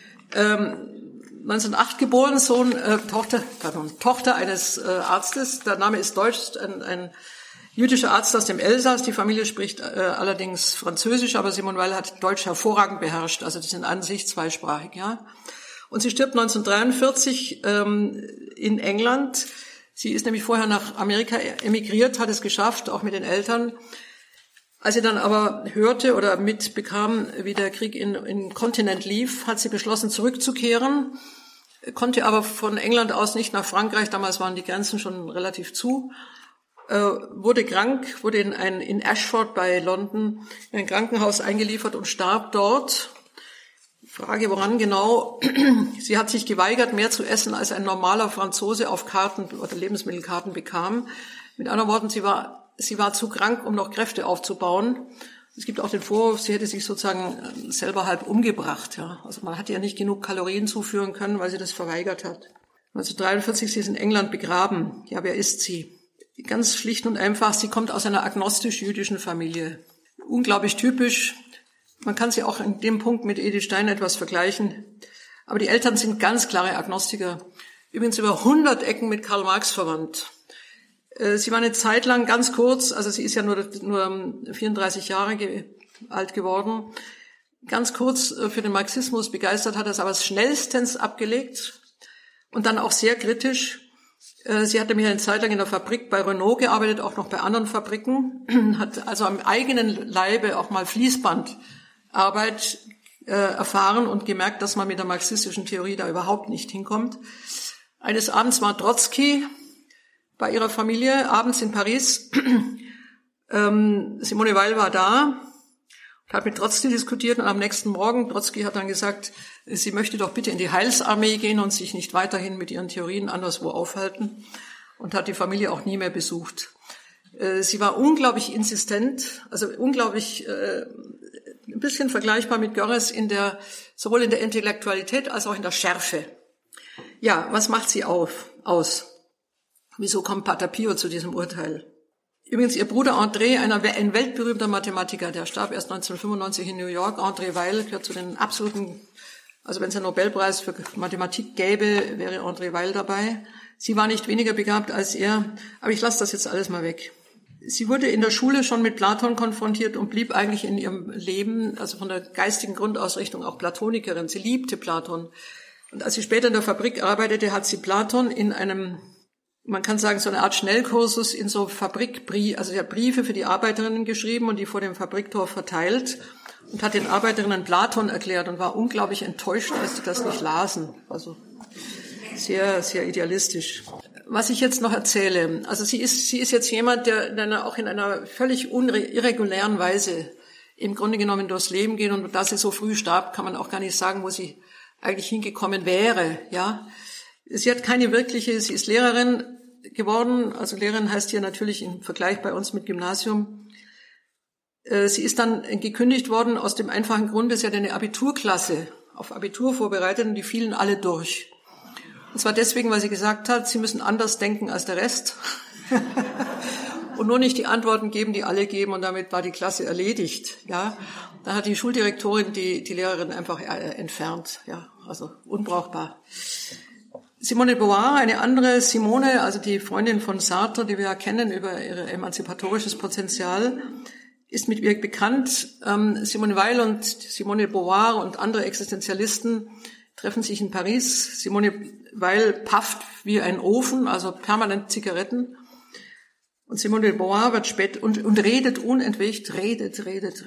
1908 geboren, Tochter eines Arztes. Der Name ist deutsch, ein jüdischer Arzt aus dem Elsass. Die Familie spricht allerdings Französisch, aber Simone Weil hat Deutsch hervorragend beherrscht. Also die sind an sich zweisprachig, ja. Und sie stirbt 1943 in England. Sie ist nämlich vorher nach Amerika emigriert, hat es geschafft, auch mit den Eltern. Als sie dann aber hörte oder mitbekam, wie der Krieg in Kontinent lief, hat sie beschlossen, zurückzukehren, konnte aber von England aus nicht nach Frankreich, damals waren die Grenzen schon relativ zu, wurde krank, wurde in Ashford bei London in ein Krankenhaus eingeliefert und starb dort. Frage, woran genau? Sie hat sich geweigert, mehr zu essen, als ein normaler Franzose auf Karten oder Lebensmittelkarten bekam. Mit anderen Worten, sie war zu krank, um noch Kräfte aufzubauen. Es gibt auch den Vorwurf, sie hätte sich sozusagen selber halb umgebracht. Ja. Also man hat ihr nicht genug Kalorien zuführen können, weil sie das verweigert hat. 1943, sie ist in England begraben. Ja, wer ist sie? Ganz schlicht und einfach, sie kommt aus einer agnostisch-jüdischen Familie. Unglaublich typisch. Man kann sie auch in dem Punkt mit Edith Stein etwas vergleichen. Aber die Eltern sind ganz klare Agnostiker. Übrigens über 100 Ecken mit Karl Marx verwandt. Sie war eine Zeit lang ganz kurz, also sie ist ja nur 34 Jahre alt geworden, ganz kurz für den Marxismus begeistert, hat das aber schnellstens abgelegt und dann auch sehr kritisch. Sie hatte mir eine Zeit lang in der Fabrik bei Renault gearbeitet, auch noch bei anderen Fabriken, hat also am eigenen Leibe auch mal Fließbandarbeit erfahren und gemerkt, dass man mit der marxistischen Theorie da überhaupt nicht hinkommt. Eines Abends war Trotzki bei ihrer Familie, abends in Paris. Simone Weil war da und hat mit Trotzki diskutiert und am nächsten Morgen, Trotzki hat dann gesagt, sie möchte doch bitte in die Heilsarmee gehen und sich nicht weiterhin mit ihren Theorien anderswo aufhalten und hat die Familie auch nie mehr besucht. Sie war unglaublich insistent, also unglaublich, ein bisschen vergleichbar mit Görres sowohl in der Intellektualität als auch in der Schärfe. Ja, was macht sie aus? Wieso kommt Pater Pio zu diesem Urteil? Übrigens, ihr Bruder André, ein weltberühmter Mathematiker, der starb erst 1995 in New York. André Weil gehört zu den absoluten, also wenn es einen Nobelpreis für Mathematik gäbe, wäre André Weil dabei. Sie war nicht weniger begabt als er, aber ich lasse das jetzt alles mal weg. Sie wurde in der Schule schon mit Platon konfrontiert und blieb eigentlich in ihrem Leben, also von der geistigen Grundausrichtung auch Platonikerin. Sie liebte Platon. Und als sie später in der Fabrik arbeitete, hat sie Platon in einem, man kann sagen, so eine Art Schnellkursus in so Fabrikbriefe, also sie hat Briefe für die Arbeiterinnen geschrieben und die vor dem Fabriktor verteilt und hat den Arbeiterinnen Platon erklärt und war unglaublich enttäuscht, als sie das nicht lasen. Also sehr, sehr idealistisch. Was ich jetzt noch erzähle, also sie ist jetzt jemand, der auch in einer völlig irregulären Weise im Grunde genommen durchs Leben geht und da sie so früh starb, kann man auch gar nicht sagen, wo sie eigentlich hingekommen wäre, ja. Sie hat keine wirkliche, sie ist Lehrerin geworden, also Lehrerin heißt hier natürlich im Vergleich bei uns mit Gymnasium. Sie ist dann gekündigt worden aus dem einfachen Grund, sie hat eine Abiturklasse auf Abitur vorbereitet und die fielen alle durch. Und zwar deswegen, weil sie gesagt hat, sie müssen anders denken als der Rest und nur nicht die Antworten geben, die alle geben und damit war die Klasse erledigt, ja. Dann hat die Schuldirektorin die Lehrerin einfach entfernt, ja, also unbrauchbar. Simone de Beauvoir, eine andere Simone, also die Freundin von Sartre, die wir ja kennen über ihr emanzipatorisches Potenzial, ist mit ihr bekannt. Simone Weil und Simone de Beauvoir und andere Existenzialisten treffen sich in Paris. Simone Weil pafft wie ein Ofen, also permanent Zigaretten. Und Simone de Beauvoir wird spät und redet unentwegt, redet.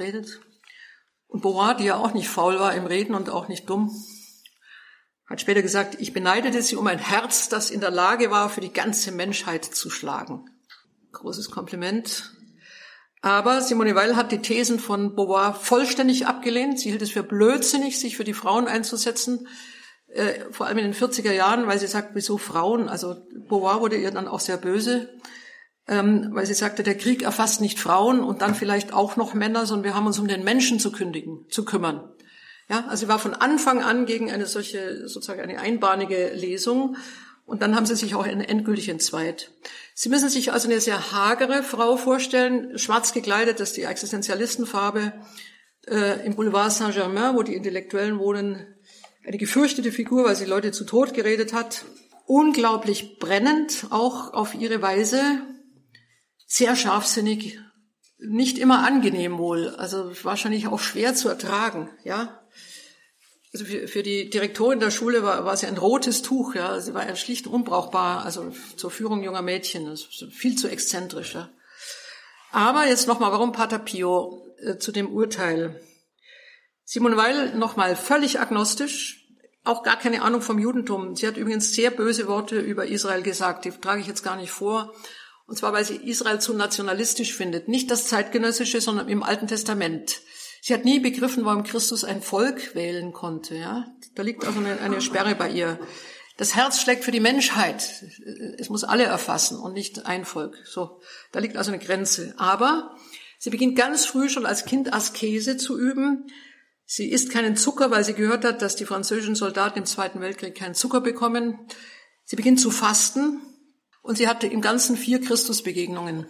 Und Beauvoir, die ja auch nicht faul war im Reden und auch nicht dumm, hat später gesagt, ich beneidete sie um ein Herz, das in der Lage war, für die ganze Menschheit zu schlagen. Großes Kompliment. Aber Simone Weil hat die Thesen von Beauvoir vollständig abgelehnt. Sie hielt es für blödsinnig, sich für die Frauen einzusetzen, vor allem in den 40er Jahren, weil sie sagt, wieso Frauen? Also Beauvoir wurde ihr dann auch sehr böse, weil sie sagte, der Krieg erfasst nicht Frauen und dann vielleicht auch noch Männer, sondern wir haben uns um den Menschen zu kümmern. Ja, also sie war von Anfang an gegen eine solche, sozusagen eine einbahnige Lesung und dann haben sie sich auch endgültig entzweit. Sie müssen sich also eine sehr hagere Frau vorstellen, schwarz gekleidet, das ist die Existenzialistenfarbe, im Boulevard Saint-Germain, wo die Intellektuellen wohnen, eine gefürchtete Figur, weil sie Leute zu Tod geredet hat, unglaublich brennend, auch auf ihre Weise, sehr scharfsinnig, nicht immer angenehm wohl, also wahrscheinlich auch schwer zu ertragen, ja. Also für die Direktorin der Schule war sie ein rotes Tuch, ja. Sie war schlicht unbrauchbar, also zur Führung junger Mädchen, das ist viel zu exzentrisch, ja. Aber jetzt nochmal, warum Pater Pio zu dem Urteil? Simone Weil nochmal völlig agnostisch, auch gar keine Ahnung vom Judentum. Sie hat übrigens sehr böse Worte über Israel gesagt, die trage ich jetzt gar nicht vor. Und zwar, weil sie Israel zu nationalistisch findet. Nicht das zeitgenössische, sondern im Alten Testament. Sie hat nie begriffen, warum Christus ein Volk wählen konnte, ja. Da liegt also eine Sperre bei ihr. Das Herz schlägt für die Menschheit. Es muss alle erfassen und nicht ein Volk. So, da liegt also eine Grenze. Aber sie beginnt ganz früh schon als Kind Askese zu üben. Sie isst keinen Zucker, weil sie gehört hat, dass die französischen Soldaten im Zweiten Weltkrieg keinen Zucker bekommen. Sie beginnt zu fasten und sie hatte im Ganzen 4 Christusbegegnungen.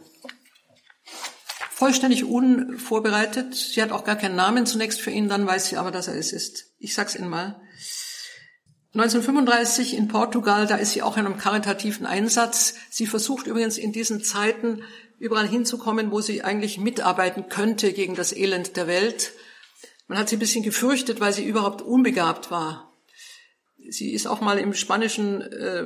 Vollständig unvorbereitet. Sie hat auch gar keinen Namen zunächst für ihn, dann weiß sie aber, dass er es ist. Ich sag's Ihnen mal. 1935 in Portugal, da ist sie auch in einem karitativen Einsatz. Sie versucht übrigens in diesen Zeiten überall hinzukommen, wo sie eigentlich mitarbeiten könnte gegen das Elend der Welt. Man hat sie ein bisschen gefürchtet, weil sie überhaupt unbegabt war. Sie ist auch mal in Spanien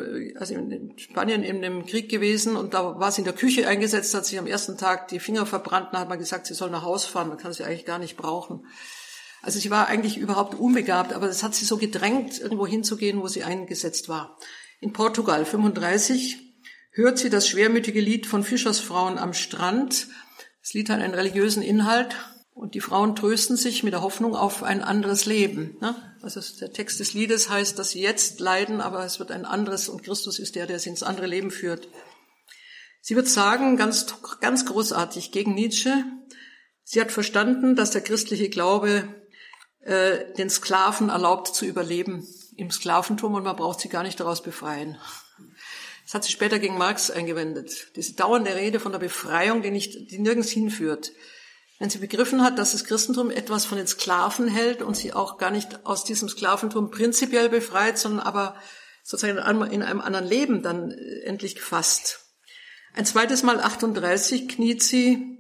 in dem Krieg gewesen und da war sie in der Küche eingesetzt, hat sich am ersten Tag die Finger verbrannt, dann hat man gesagt, sie soll nach Hause fahren, man kann sie eigentlich gar nicht brauchen. Also sie war eigentlich überhaupt unbegabt, aber das hat sie so gedrängt, irgendwo hinzugehen, wo sie eingesetzt war. In Portugal, 1935, hört sie das schwermütige Lied von Fischersfrauen am Strand. Das Lied hat einen religiösen Inhalt und die Frauen trösten sich mit der Hoffnung auf ein anderes Leben. Also der Text des Liedes heißt, dass sie jetzt leiden, aber es wird ein anderes und Christus ist der sie ins andere Leben führt. Sie wird sagen, ganz, ganz großartig gegen Nietzsche, sie hat verstanden, dass der christliche Glaube den Sklaven erlaubt zu überleben im Sklaventum und man braucht sie gar nicht daraus befreien. Das hat sie später gegen Marx eingewendet. Diese dauernde Rede von der Befreiung, die nirgends hinführt. Wenn sie begriffen hat, dass das Christentum etwas von den Sklaven hält und sie auch gar nicht aus diesem Sklaventum prinzipiell befreit, sondern aber sozusagen in einem anderen Leben dann endlich gefasst. Ein zweites Mal 1938 kniet sie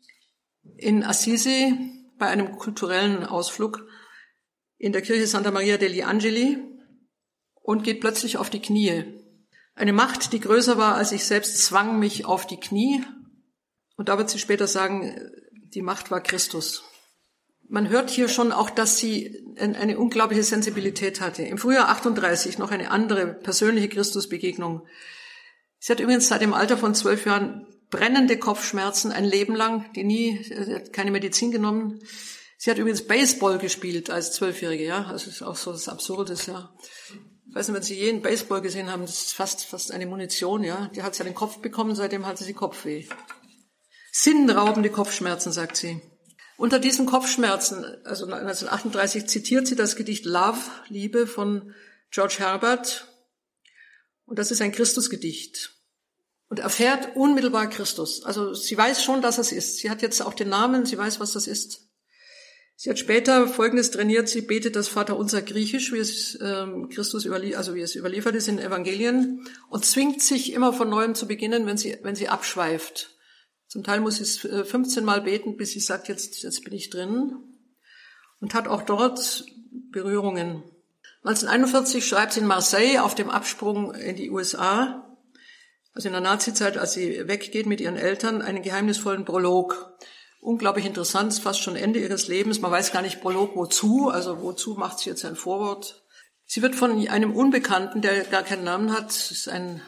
in Assisi bei einem kulturellen Ausflug in der Kirche Santa Maria degli Angeli und geht plötzlich auf die Knie. Eine Macht, die größer war als ich selbst, zwang mich auf die Knie. Und da wird sie später sagen, die Macht war Christus. Man hört hier schon auch, dass sie eine unglaubliche Sensibilität hatte. Im Frühjahr 1938 noch eine andere persönliche Christusbegegnung. Sie hat übrigens seit dem Alter von 12 Jahren brennende Kopfschmerzen, ein Leben lang, sie hat keine Medizin genommen. Sie hat übrigens Baseball gespielt als 12-Jährige, ja. Also das ist auch so was Absurdes, ja. Ich weiß nicht, wenn Sie je einen Baseball gesehen haben, das ist fast eine Munition, ja. Die hat sie an den Kopf bekommen, seitdem hatte sie Kopfweh. Sinnraubende Kopfschmerzen, sagt sie. Unter diesen Kopfschmerzen, also 1938, zitiert sie das Gedicht Love, Liebe von George Herbert. Und das ist ein Christusgedicht. Und erfährt unmittelbar Christus. Also sie weiß schon, dass es ist. Sie hat jetzt auch den Namen, sie weiß, was das ist. Sie hat später Folgendes trainiert, sie betet das Vaterunser Griechisch, wie es wie es überliefert ist in den Evangelien, und zwingt sich immer von Neuem zu beginnen, wenn sie abschweift. Zum Teil muss sie es 15 Mal beten, bis sie sagt, jetzt bin ich drin. Und hat auch dort Berührungen. 1941 schreibt sie in Marseille auf dem Absprung in die USA, also in der Nazizeit, als sie weggeht mit ihren Eltern, einen geheimnisvollen Prolog. Unglaublich interessant, ist fast schon Ende ihres Lebens. Man weiß gar nicht, Prolog wozu, also wozu macht sie jetzt ein Vorwort. Sie wird von einem Unbekannten, der gar keinen Namen hat, ist ein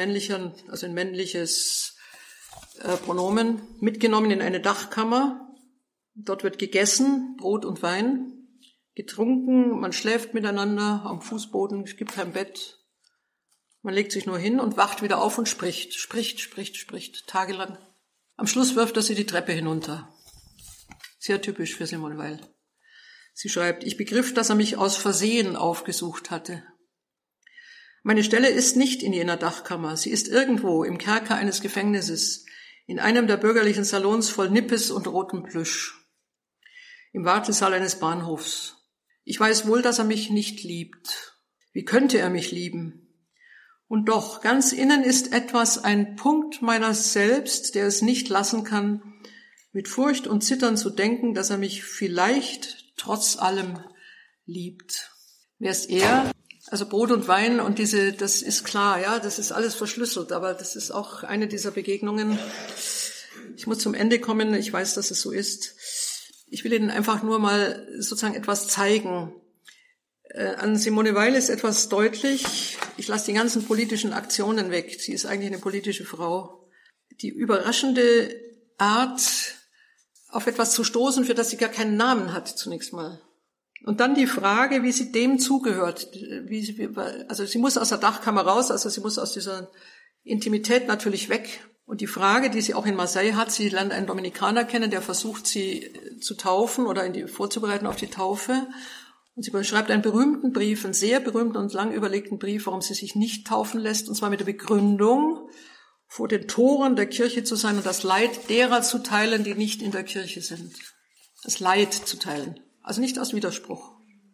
männliches Pronomen, mitgenommen in eine Dachkammer. Dort wird gegessen, Brot und Wein, getrunken, man schläft miteinander am Fußboden, es gibt kein Bett. Man legt sich nur hin und wacht wieder auf und spricht, tagelang. Am Schluss wirft er sie die Treppe hinunter. Sehr typisch für Simone Weil. Sie schreibt, ich begriff, dass er mich aus Versehen aufgesucht hatte. Meine Stelle ist nicht in jener Dachkammer, sie ist irgendwo im Kerker eines Gefängnisses, in einem der bürgerlichen Salons voll Nippes und rotem Plüsch, im Wartesaal eines Bahnhofs. Ich weiß wohl, dass er mich nicht liebt. Wie könnte er mich lieben? Und doch, ganz innen ist etwas, ein Punkt meiner selbst, der es nicht lassen kann, mit Furcht und Zittern zu denken, dass er mich vielleicht trotz allem liebt. Wer ist er? Also Brot und Wein und das ist klar, ja, das ist alles verschlüsselt, aber das ist auch eine dieser Begegnungen. Ich muss zum Ende kommen, ich weiß, dass es so ist. Ich will Ihnen einfach nur mal sozusagen etwas zeigen. An Simone Weil ist etwas deutlich. Ich lasse die ganzen politischen Aktionen weg. Sie ist eigentlich eine politische Frau. Die überraschende Art, auf etwas zu stoßen, für das sie gar keinen Namen hat, zunächst mal. Und dann die Frage, wie sie dem zugehört. Also sie muss aus der Dachkammer raus, also sie muss aus dieser Intimität natürlich weg. Und die Frage, die sie auch in Marseille hat, sie lernt einen Dominikaner kennen, der versucht, sie zu taufen oder vorzubereiten auf die Taufe. Und sie beschreibt einen berühmten Brief, einen sehr berühmten und lang überlegten Brief, warum sie sich nicht taufen lässt, und zwar mit der Begründung, vor den Toren der Kirche zu sein und das Leid derer zu teilen, die nicht in der Kirche sind. Das Leid zu teilen. Also nicht aus Widerspruch.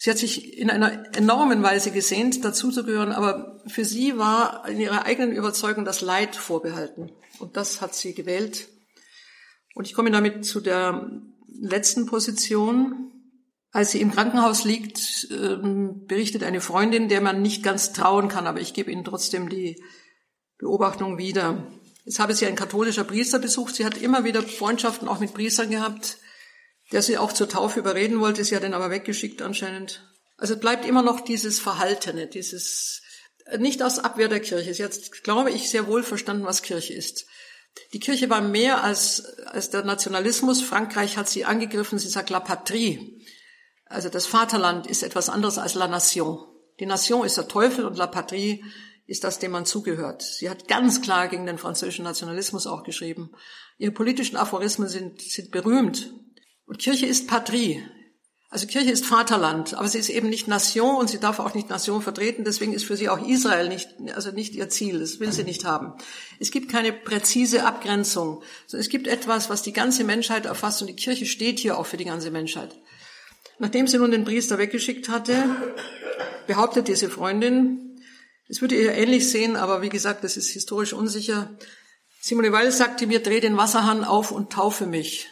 Sie hat sich in einer enormen Weise gesehnt, dazuzugehören, aber für sie war in ihrer eigenen Überzeugung das Leid vorbehalten. Und das hat sie gewählt. Und ich komme damit zu der letzten Position. Als sie im Krankenhaus liegt, berichtet eine Freundin, der man nicht ganz trauen kann, aber ich gebe Ihnen trotzdem die Beobachtung wieder. Jetzt habe sie einen katholischen Priester besucht. Sie hat immer wieder Freundschaften auch mit Priestern gehabt, der sie auch zur Taufe überreden wollte. Sie hat ihn aber weggeschickt anscheinend. Also es bleibt immer noch dieses Verhaltene, dieses, nicht aus Abwehr der Kirche. Sie hat, glaube ich, sehr wohl verstanden, was Kirche ist. Die Kirche war mehr als der Nationalismus. Frankreich hat sie angegriffen. Sie sagt la patrie. Also das Vaterland ist etwas anderes als la nation. Die Nation ist der Teufel und la patrie ist das, dem man zugehört. Sie hat ganz klar gegen den französischen Nationalismus auch geschrieben. Ihre politischen Aphorismen sind berühmt. Und Kirche ist Patrie. Also Kirche ist Vaterland, aber sie ist eben nicht Nation und sie darf auch nicht Nation vertreten. Deswegen ist für sie auch Israel nicht ihr Ziel. Das will sie nicht haben. Es gibt keine präzise Abgrenzung, sondern es gibt etwas, was die ganze Menschheit erfasst und die Kirche steht hier auch für die ganze Menschheit. Nachdem sie nun den Priester weggeschickt hatte, behauptet diese Freundin, es würde ihr ähnlich sehen, aber wie gesagt, das ist historisch unsicher. Simone Weil sagte mir, dreh den Wasserhahn auf und taufe mich.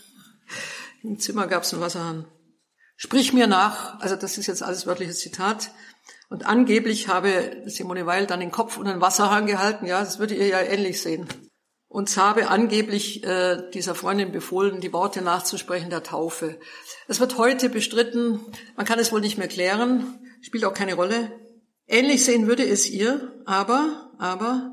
Im Zimmer gab es einen Wasserhahn. Sprich mir nach, also das ist jetzt alles wörtliches Zitat. Und angeblich habe Simone Weil dann den Kopf unter den Wasserhahn gehalten, ja, das würde ihr ja ähnlich sehen. Und habe angeblich dieser Freundin befohlen, die Worte nachzusprechen der Taufe. Es wird heute bestritten, man kann es wohl nicht mehr klären, spielt auch keine Rolle. Ähnlich sehen würde es ihr, aber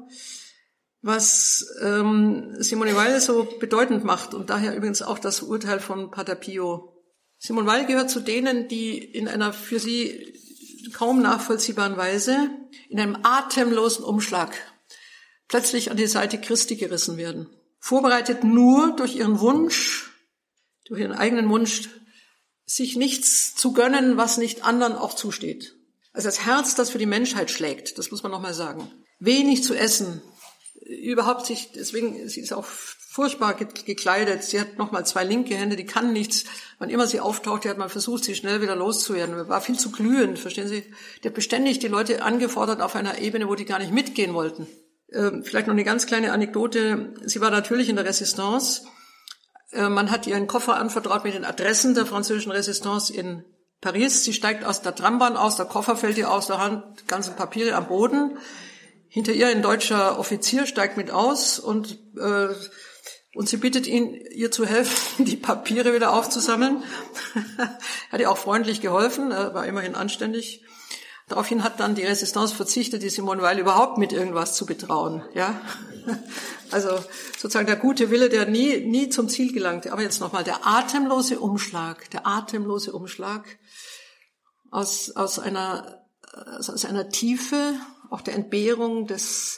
was Simone Weil so bedeutend macht und daher übrigens auch das Urteil von Pater Pio. Simone Weil gehört zu denen, die in einer für sie kaum nachvollziehbaren Weise in einem atemlosen Umschlag plötzlich an die Seite Christi gerissen werden. Vorbereitet nur durch ihren Wunsch, durch ihren eigenen Wunsch, sich nichts zu gönnen, was nicht anderen auch zusteht. Also das Herz, das für die Menschheit schlägt, das muss man nochmal sagen. Wenig zu essen, überhaupt sich, deswegen, sie ist auch furchtbar gekleidet. Sie hat nochmal 2 linke Hände, die kann nichts. Wann immer sie auftauchte, hat man versucht, sie schnell wieder loszuwerden. War viel zu glühend, verstehen Sie? Die hat beständig die Leute angefordert auf einer Ebene, wo die gar nicht mitgehen wollten. Vielleicht noch eine ganz kleine Anekdote. Sie war natürlich in der Resistance. Man hat ihr einen Koffer anvertraut mit den Adressen der französischen Resistance in Paris. Sie steigt aus der Trambahn aus, der Koffer fällt ihr aus der Hand, ganze Papiere am Boden. Hinter ihr ein deutscher Offizier steigt mit aus und sie bittet ihn, ihr zu helfen, die Papiere wieder aufzusammeln. Hat ihr auch freundlich geholfen, war immerhin anständig. Daraufhin hat dann die Resistance verzichtet, die Simone Weil überhaupt mit irgendwas zu betrauen. Ja, also sozusagen der gute Wille, der nie zum Ziel gelangte. Aber jetzt nochmal der atemlose Umschlag aus einer Tiefe, auch der Entbehrung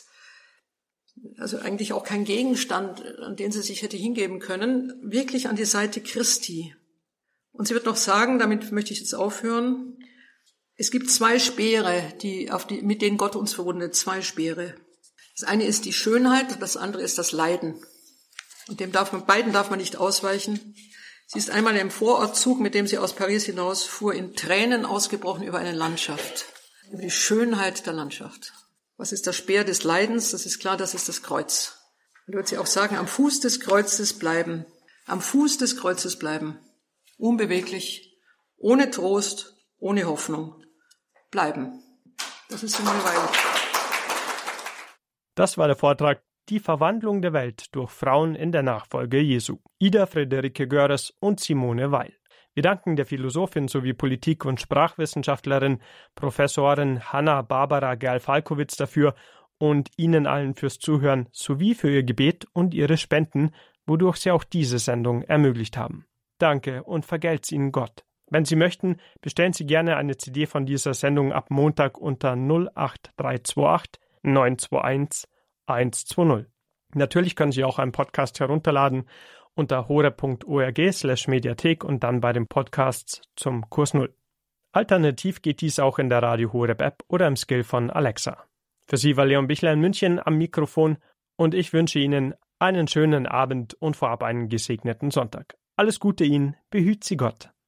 also eigentlich auch kein Gegenstand, an den sie sich hätte hingeben können, wirklich an die Seite Christi. Und sie wird noch sagen, damit möchte ich jetzt aufhören, es gibt 2 Speere, mit denen Gott uns verwundet, 2 Speere. Das eine ist die Schönheit und das andere ist das Leiden. Und beiden darf man nicht ausweichen. Sie ist einmal im Vorortzug, mit dem sie aus Paris hinaus fuhr, in Tränen ausgebrochen über eine Landschaft, über die Schönheit der Landschaft. Was ist der Speer des Leidens? Das ist klar, das ist das Kreuz. Und da wird sie auch sagen, am Fuß des Kreuzes bleiben, unbeweglich, ohne Trost, ohne Hoffnung, bleiben. Das ist Simone Weil. Das war der Vortrag Die Verwandlung der Welt durch Frauen in der Nachfolge Jesu. Ida Friederike Görres und Simone Weil. Wir danken der Philosophin sowie Politik- und Sprachwissenschaftlerin Professorin Hanna-Barbara Gerl-Falkowitz dafür und Ihnen allen fürs Zuhören sowie für Ihr Gebet und Ihre Spenden, wodurch Sie auch diese Sendung ermöglicht haben. Danke und vergelt's Ihnen Gott. Wenn Sie möchten, bestellen Sie gerne eine CD von dieser Sendung ab Montag unter 08328 921 120. Natürlich können Sie auch einen Podcast herunterladen unter horeb.org/Mediathek und dann bei den Podcasts zum Kurs 0. Alternativ geht dies auch in der Radio Horeb App oder im Skill von Alexa. Für Sie war Leon Bichler in München am Mikrofon und ich wünsche Ihnen einen schönen Abend und vorab einen gesegneten Sonntag. Alles Gute Ihnen, behüt Sie Gott.